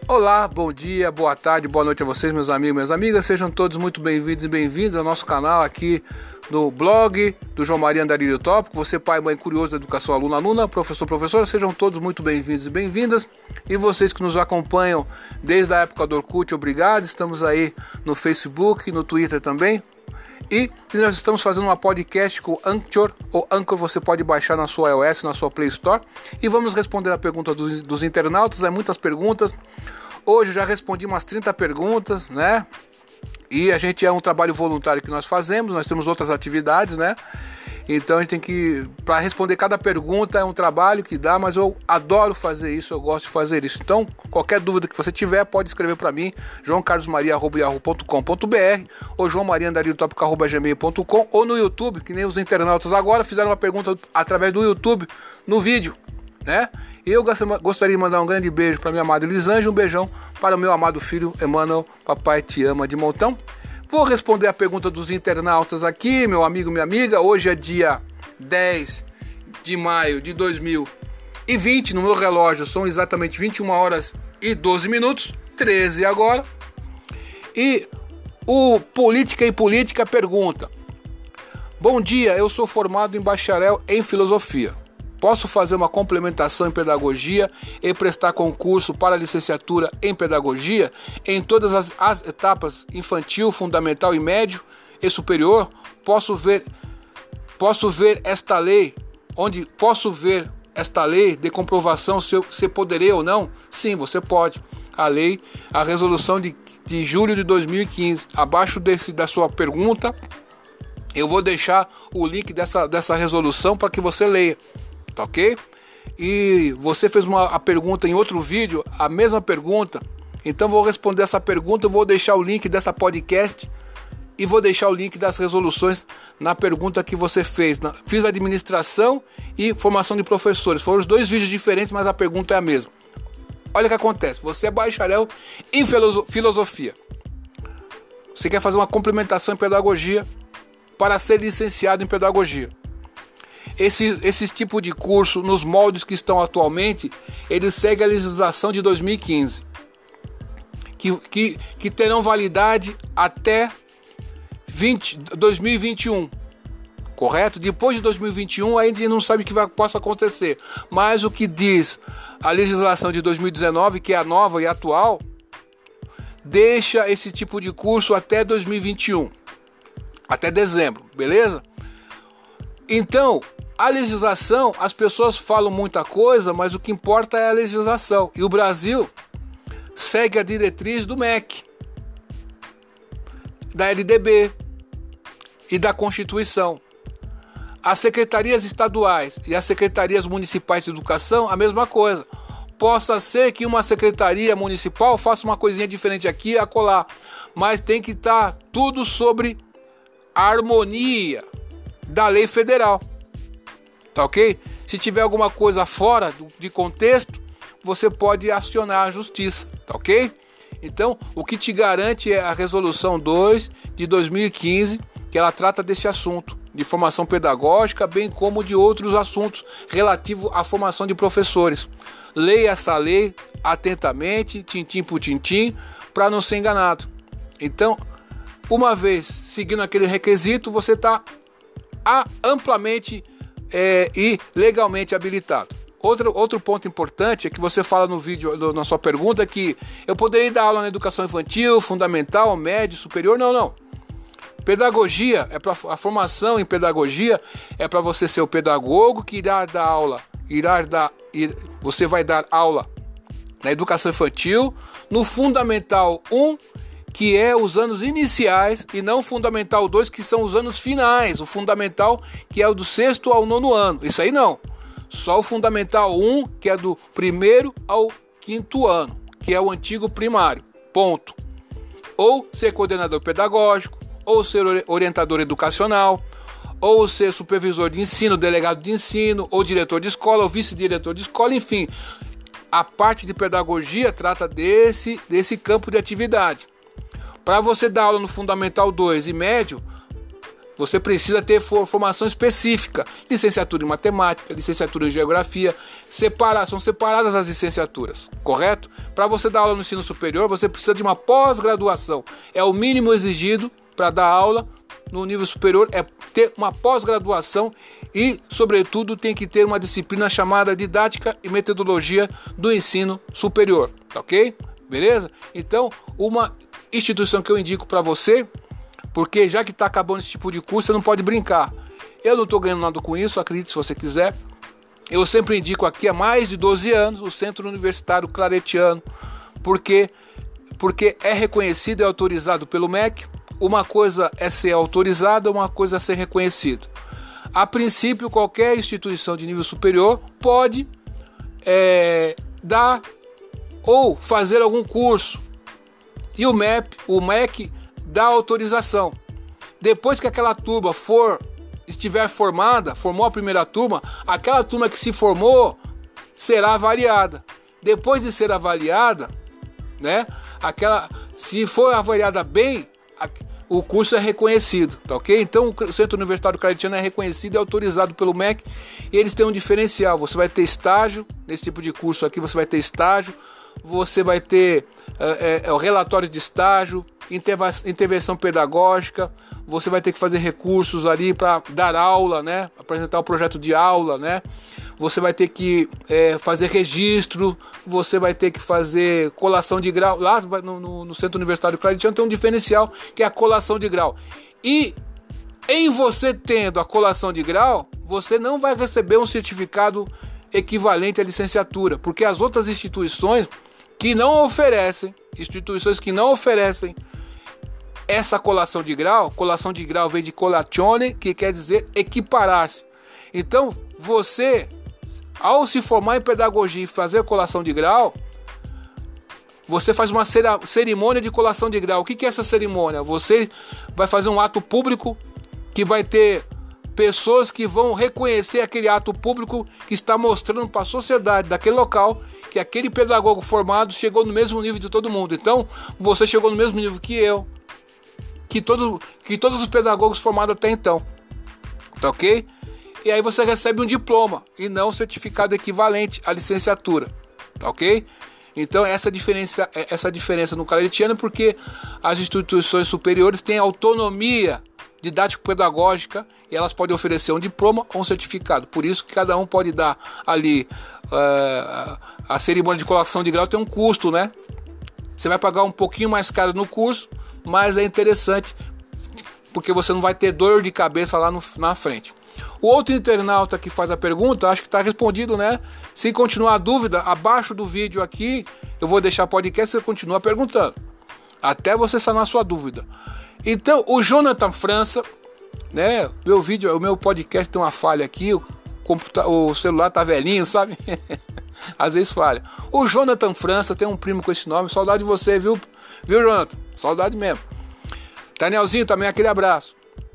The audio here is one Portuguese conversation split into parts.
Olá, bom dia, boa tarde, boa noite a vocês, meus amigos e minhas amigas. Sejam todos muito bem-vindos e bem-vindas ao nosso canal aqui no blog do João Maria Andarilho Tópico. Você, pai, mãe, curioso da educação, aluno, aluna, professor, professora, sejam todos muito bem-vindos e bem-vindas. E vocês que nos acompanham desde a época do Orkut, obrigado. Estamos aí no Facebook, no Twitter também. E nós estamos fazendo uma podcast com Anchor. O Anchor você pode baixar na sua iOS, na sua Play Store. E vamos responder a pergunta dos internautas. Muitas perguntas. Hoje eu já respondi umas 30 perguntas, né? E a gente é um trabalho voluntário que nós fazemos. Nós temos outras atividades, né? Então a gente tem que... Para responder cada pergunta é um trabalho que dá, mas eu adoro fazer isso, eu gosto de fazer isso. Então, qualquer dúvida que você tiver, pode escrever para mim, joaocarlosmaria@yahoo.com.br ou joaomariandariutopico@gmail.com ou no YouTube, que nem os internautas agora fizeram uma pergunta através do YouTube, no vídeo, né? E eu gostaria de mandar um grande beijo para minha amada Elisângela, um beijão para o meu amado filho Emmanuel, papai te ama de montão. Vou responder a pergunta dos internautas aqui, meu amigo, minha amiga. Hoje é dia 10 de maio de 2020. No meu relógio são exatamente 21 horas e 12 minutos, 13 agora. E o Política e Política pergunta: bom dia, eu sou formado em bacharel em filosofia. Posso fazer uma complementação em pedagogia e prestar concurso para licenciatura em pedagogia em todas as etapas infantil, fundamental e médio e superior? Posso ver esta lei, de comprovação se poderei ou não? Sim, você pode. A resolução de julho de 2015. Abaixo da sua pergunta, eu vou deixar o link dessa resolução para que você leia. Tá ok? E você fez a pergunta em outro vídeo, a mesma pergunta. Então vou responder essa pergunta, eu vou deixar o link dessa podcast e vou deixar o link das resoluções na pergunta que você fez. Fiz administração e formação de professores. Foram os dois vídeos diferentes, mas a pergunta é a mesma. Olha o que acontece. Você é bacharel em filosofia. Você quer fazer uma complementação em pedagogia para ser licenciado em pedagogia. Esse tipo de curso, nos moldes que estão atualmente, ele segue a legislação de 2015, que terão validade até 2021, correto? Depois de 2021, a gente não sabe o que possa acontecer, mas o que diz a legislação de 2019, que é a nova e atual, deixa esse tipo de curso até 2021, até dezembro, beleza? Então, a legislação, as pessoas falam muita coisa, mas o que importa é a legislação. E o Brasil segue a diretriz do MEC, da LDB e da Constituição. As secretarias estaduais e as secretarias municipais de educação, a mesma coisa. Possa ser que uma secretaria municipal faça uma coisinha diferente aqui e acolá, mas tem que estar tudo sobre a harmonia da lei federal. Tá ok? Se tiver alguma coisa fora de contexto, você pode acionar a justiça, tá ok? Então, o que te garante é a resolução 2 de 2015, que ela trata desse assunto de formação pedagógica, bem como de outros assuntos relativos à formação de professores. Leia essa lei atentamente, tintim por tintim, para não ser enganado. Então, uma vez seguindo aquele requisito, você está amplamente e legalmente habilitado. Outro ponto importante é que você fala no vídeo, na sua pergunta, que eu poderia dar aula na educação infantil, fundamental, médio, superior. Não. Pedagogia, a formação em pedagogia é para você ser o pedagogo que irá dar aula. Você vai dar aula na educação infantil, no fundamental 1, que é os anos iniciais, e não o fundamental 2, que são os anos finais. O fundamental, que é o do 6º ao 9º ano. Isso aí não. Só o fundamental 1, que é do 1º ao 5º ano, que é o antigo primário. Ponto. Ou ser coordenador pedagógico, ou ser orientador educacional, ou ser supervisor de ensino, delegado de ensino, ou diretor de escola, ou vice-diretor de escola, enfim. A parte de pedagogia trata desse campo de atividade. Para você dar aula no Fundamental 2 e médio, Você precisa ter formação específica, licenciatura em matemática, licenciatura em geografia, são separadas as licenciaturas, correto? Para você dar aula no ensino superior, você precisa de uma pós-graduação, é o mínimo exigido para dar aula no nível superior, é ter uma pós-graduação e, sobretudo, tem que ter uma disciplina chamada Didática e Metodologia do Ensino Superior, tá ok? Beleza? Então, uma instituição que eu indico para você, porque já que está acabando esse tipo de curso, você não pode brincar. Eu não estou ganhando nada com isso, acredite se você quiser. Eu sempre indico aqui há mais de 12 anos o Centro Universitário Claretiano, porque é reconhecido e autorizado pelo MEC. Uma coisa é ser autorizado, uma coisa é ser reconhecido. A princípio, qualquer instituição de nível superior pode dar ou fazer algum curso. E o MEC dá autorização. Depois que aquela turma estiver formada, formou a primeira turma, aquela turma que se formou será avaliada. Depois de ser avaliada, né, se for avaliada bem, o curso é reconhecido, tá ok? Então o Centro Universitário Claretiano é reconhecido e autorizado pelo MEC, e eles têm um diferencial. Você vai ter estágio, nesse tipo de curso aqui você vai ter estágio, você vai ter o relatório de estágio, intervenção pedagógica, você vai ter que fazer recursos ali para dar aula, né? Apresentar o projeto de aula, né? Você vai ter que fazer registro, você vai ter que fazer colação de grau. Lá no Centro Universitário Claretiano tem um diferencial que é a colação de grau. E em você tendo a colação de grau, você não vai receber um certificado equivalente à licenciatura, porque as outras instituições que não oferecem essa colação de grau vem de colatione, que quer dizer equiparar-se. Então, você, ao se formar em pedagogia e fazer colação de grau, você faz uma cerimônia de colação de grau. O que é essa cerimônia? Você vai fazer um ato público que vai ter pessoas que vão reconhecer aquele ato público que está mostrando para a sociedade daquele local que aquele pedagogo formado chegou no mesmo nível de todo mundo. Então, você chegou no mesmo nível que eu, que todos os pedagogos formados até então, tá ok? E aí você recebe um diploma e não um certificado equivalente à licenciatura, tá ok? Então essa diferença no Claretiano, porque as instituições superiores têm autonomia didático-pedagógica e elas podem oferecer um diploma ou um certificado. Por isso que cada um pode dar ali a cerimônia de colação de grau tem um custo, né? Você vai pagar um pouquinho mais caro no curso, mas é interessante porque você não vai ter dor de cabeça lá na frente. O outro internauta que faz a pergunta, acho que está respondido, né? Se continuar a dúvida, abaixo do vídeo aqui, eu vou deixar podcast e você continua perguntando, até você sanar a sua dúvida. Então, o Jonathan França, né? O meu podcast tem uma falha aqui, o celular tá velhinho, sabe? Às vezes falha. O Jonathan França tem um primo com esse nome, saudade de você, viu, Jonathan? Saudade mesmo. Danielzinho, também aquele abraço.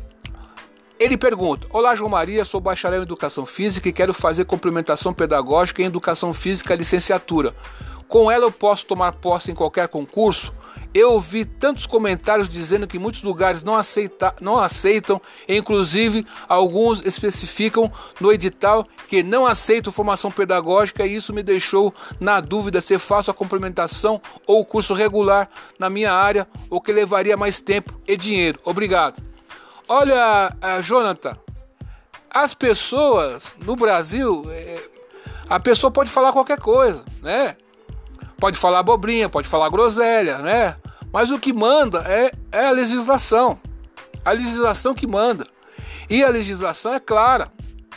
Ele pergunta: olá, João Maria, sou bacharel em Educação Física e quero fazer complementação pedagógica em Educação Física licenciatura. Com ela eu posso tomar posse em qualquer concurso? Eu ouvi tantos comentários dizendo que muitos lugares não aceitam, inclusive alguns especificam no edital que não aceitam formação pedagógica, e isso me deixou na dúvida se faço a complementação ou o curso regular na minha área, o que levaria mais tempo e dinheiro. Obrigado. Olha, Jonathan, as pessoas no Brasil, a pessoa pode falar qualquer coisa, né? Pode falar abobrinha, pode falar groselha, né? Mas o que manda é a legislação. A legislação que manda. E a legislação é clara.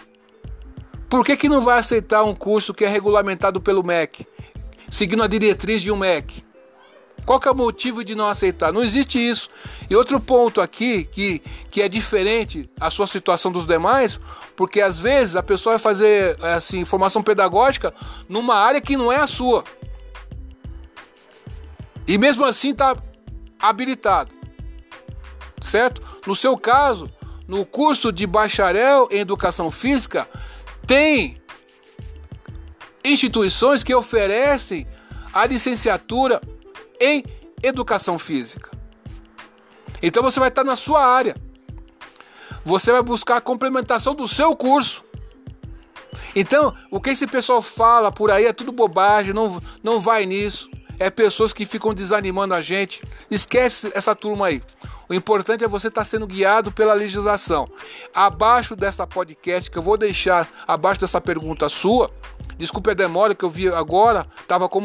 Por que não vai aceitar um curso que é regulamentado pelo MEC, seguindo a diretriz de um MEC? Qual que é o motivo de não aceitar? Não existe isso. E outro ponto aqui, que é diferente a sua situação dos demais, porque às vezes a pessoa vai fazer assim, formação pedagógica numa área que não é a sua. E mesmo assim está habilitado. Certo? No seu caso, no curso de bacharel em Educação Física, tem instituições que oferecem a licenciatura em Educação Física. Então você vai estar na sua área. Você vai buscar a complementação do seu curso. Então, o que esse pessoal fala por aí é tudo bobagem, não vai nisso. É pessoas que ficam desanimando a gente. Esquece essa turma aí. O importante é você estar sendo guiado pela legislação. Abaixo dessa podcast, que eu vou deixar abaixo dessa pergunta sua, desculpe a demora que eu vi agora, estava como...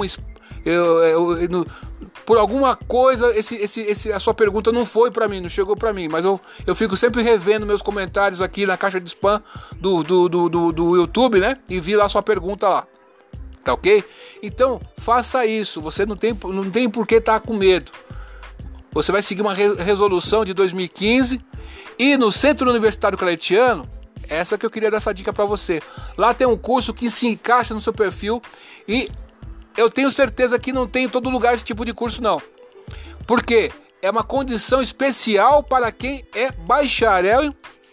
por alguma coisa, a sua pergunta não foi para mim, não chegou para mim, mas eu fico sempre revendo meus comentários aqui na caixa de spam do YouTube, né? E vi lá a sua pergunta lá. Tá ok? Então, faça isso. Você não tem por que estar com medo. Você vai seguir uma resolução de 2015 e no Centro Universitário Claretiano, essa que eu queria dar essa dica para você. Lá tem um curso que se encaixa no seu perfil e eu tenho certeza que não tem em todo lugar esse tipo de curso não. Por quê? É uma condição especial para quem é bacharel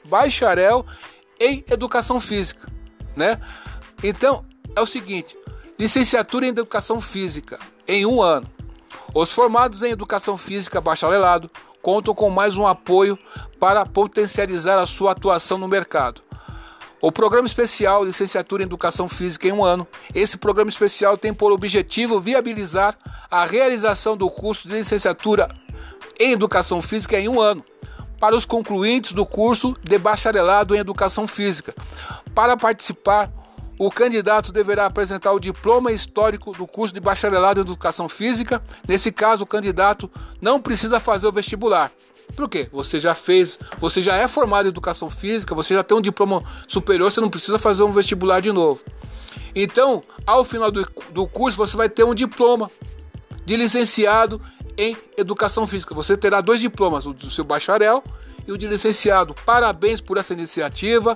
em educação física, né? Então, é o seguinte, licenciatura em educação física em 1 ano. Os formados em educação física bacharelado contam com mais um apoio para potencializar a sua atuação no mercado. O programa especial Licenciatura em Educação Física em 1 ano. Esse programa especial tem por objetivo viabilizar a realização do curso de licenciatura em Educação Física em 1 ano para os concluintes do curso de bacharelado em Educação Física. Para participar, o candidato deverá apresentar o diploma histórico do curso de bacharelado em Educação Física. Nesse caso, o candidato não precisa fazer o vestibular. Por quê? Você já é formado em Educação Física, você já tem um diploma superior, você não precisa fazer um vestibular de novo. Então, ao final do curso, você vai ter um diploma de licenciado em Educação Física. Você terá 2 diplomas, o do seu bacharel e o de licenciado. Parabéns por essa iniciativa.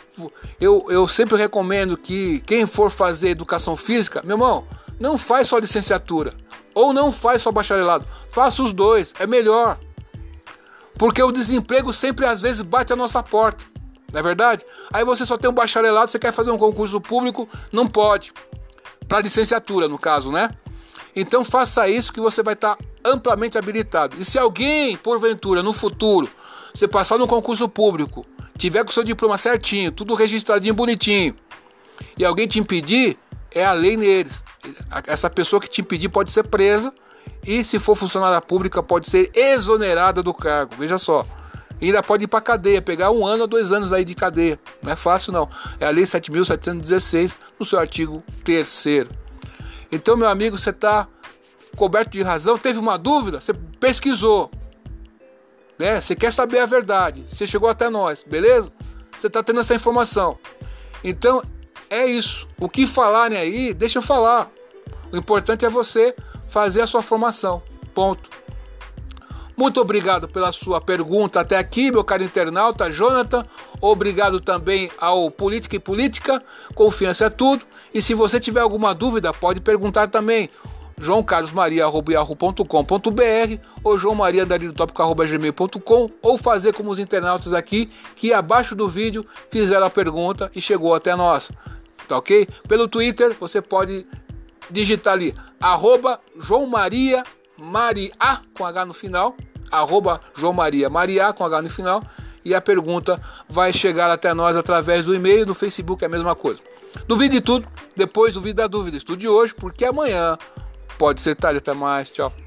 Eu sempre recomendo que quem for fazer Educação Física, meu irmão, não faz só licenciatura ou não faz só bacharelado, faça os 2, é melhor. Porque o desemprego sempre às vezes bate a nossa porta, não é verdade? Aí você só tem um bacharelado, você quer fazer um concurso público, não pode. Para licenciatura, no caso, né? Então faça isso que você vai estar amplamente habilitado. E se alguém, porventura, no futuro, você passar no concurso público, tiver com o seu diploma certinho, tudo registradinho, bonitinho, e alguém te impedir, é a lei neles. Essa pessoa que te impedir pode ser presa e, se for funcionária pública, pode ser exonerada do cargo. Veja só. E ainda pode ir para cadeia, pegar 1 ano ou 2 anos aí de cadeia. Não é fácil não. É a lei 7.716, no seu artigo 3º. Então, meu amigo, você está coberto de razão. Teve uma dúvida? Você pesquisou, né? Você quer saber a verdade. Você chegou até nós, beleza? Você está tendo essa informação. Então, é isso. O que falarem aí, deixa eu falar. O importante é você fazer a sua formação. Ponto. Muito obrigado pela sua pergunta até aqui, meu caro internauta Jonathan. Obrigado também ao Política e Política. Confiança é tudo. E se você tiver alguma dúvida, pode perguntar também. joaocarlosmaria@yahoo.com.br ou joaomaria_tópico@gmail.com, ou fazer como os internautas aqui, que abaixo do vídeo fizeram a pergunta e chegou até nós. Tá ok? Pelo Twitter, você pode digitar ali @joaomaria Maria com H no final, @joaomaria Maria com H no final, e a pergunta vai chegar até nós através do e-mail. No Facebook é a mesma coisa. Duvide de tudo, depois duvide da dúvida. Estude hoje, porque amanhã pode ser tarde. Até mais, tchau.